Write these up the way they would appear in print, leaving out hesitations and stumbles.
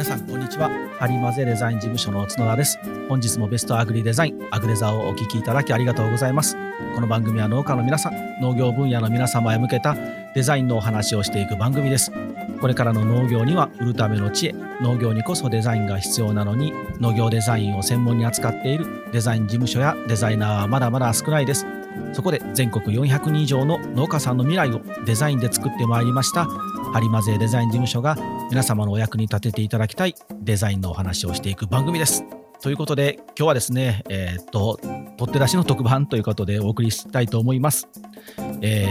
皆さんこんにちは。ハリマゼデザイン事務所の角田です。本日もベストアグリデザインアグレザーをお聞きいただきありがとうございます。この番組は農家の皆さん、農業分野の皆様へ向けたデザインのお話をしていく番組です。これからの農業には売るための知恵、農業にこそデザインが必要なのに、農業デザインを専門に扱っているデザイン事務所やデザイナーはまだまだ少ないです。そこで全国400人以上の農家さんの未来をデザインで作ってまいりましたハリマゼデザイン事務所が皆様のお役に立てていただきたいデザインのお話をしていく番組です。ということで今日はですね、取って出しの特番ということでお送りしたいと思います。シ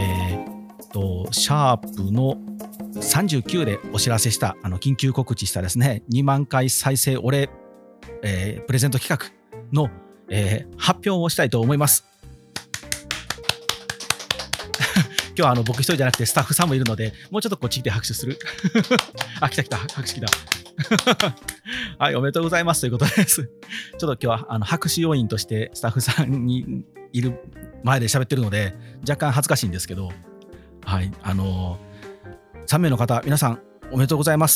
ャープの39でお知らせした緊急告知したですね2万回再生お礼、プレゼント企画の、発表をしたいと思います。今日は僕一人じゃなくてスタッフさんもいるので、もうちょっとこっち来て拍手するあ、来た拍手来たはい、おめでとうございますということです。ちょっと今日は拍手要員としてスタッフさんにいる前で喋ってるので若干恥ずかしいんですけど、はい、3名の方皆さんおめでとうございます。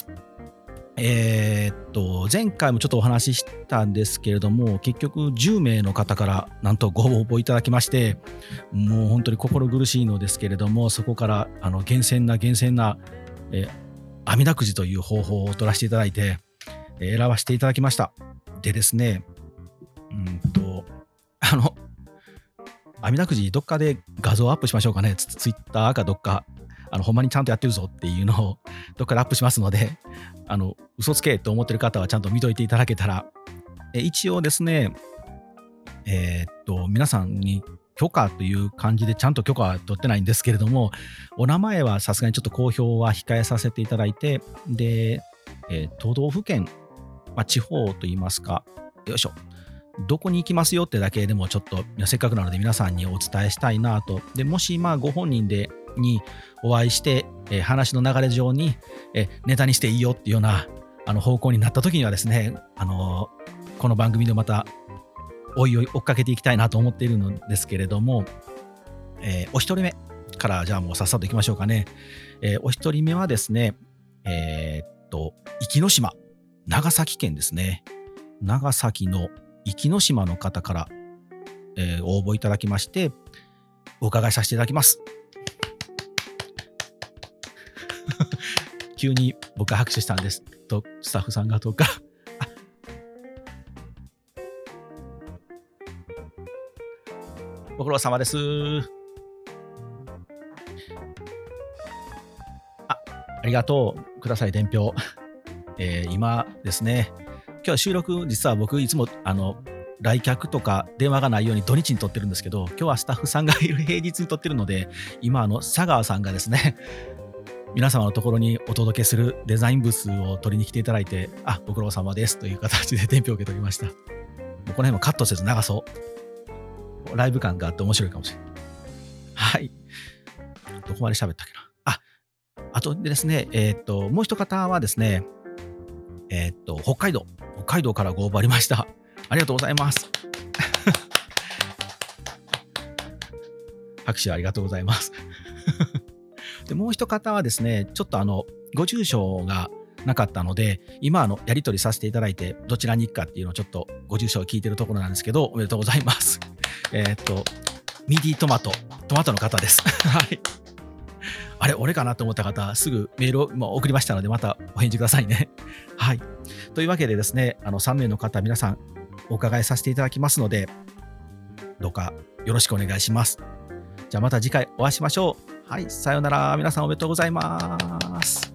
前回もちょっとお話ししたんですけれども、結局10名の方からなんとご応募いただきまして、もう本当に心苦しいのですけれども、そこから厳選な、あみだくじという方法を取らせていただいて、選ばせていただきました。でですね、あみだくじどっかで画像アップしましょうかね。ツイッターかどっかほんまにちゃんとやってるぞっていうのをどっかでアップしますので、嘘つけと思ってる方はちゃんと見といていただけたら、一応ですね、皆さんに許可という感じでちゃんと許可は取ってないんですけれども、お名前はさすがにちょっと公表は控えさせていただいて、で、都道府県、地方といいますか、よいしょ、どこに行きますよってだけでもちょっとせっかくなので皆さんにお伝えしたいなと。でもしご本人にお会いして、話の流れ上に、ネタにしていいよっていうような方向になった時にはですね、この番組でまたおいおい追っかけていきたいなと思っているのですけれども、お一人目からじゃあもうさっさといきましょうかね。お一人目はですね、壱岐島、長崎県ですね。長崎の壱岐島の方から、応募いただきましてお伺いさせていただきます。急に僕が拍手したんですとスタッフさんがどうかご苦労様です。ありがとうください伝票。今ですね、今日は収録実は僕いつも来客とか電話がないように土日に撮ってるんですけど、今日はスタッフさんがいる平日に撮ってるので、今佐川さんがですね皆様のところにお届けするデザインブースを取りに来ていただいて、ご苦労様ですという形で伝票を受け取りました。もうこの辺もカットせず流そう。ライブ感があって面白いかもしれない。はい。どこまで喋ったっけな。あとでですね、もう一方はですね、北海道からご応募ありました。ありがとうございます。拍手ありがとうございます。でもう一方はですね、ちょっとご住所がなかったので、今やり取りさせていただいてどちらに行くかっていうのをちょっとご住所を聞いてるところなんですけど、おめでとうございます。ミディトマトの方です。はい。あれ俺かなと思った方、すぐメールを送りましたのでまたお返事くださいね。はい。というわけでですね、3名の方皆さんお伺いさせていただきますので、どうかよろしくお願いします。じゃあまた次回お会いしましょう。はい、さようなら。皆さんおめでとうございます。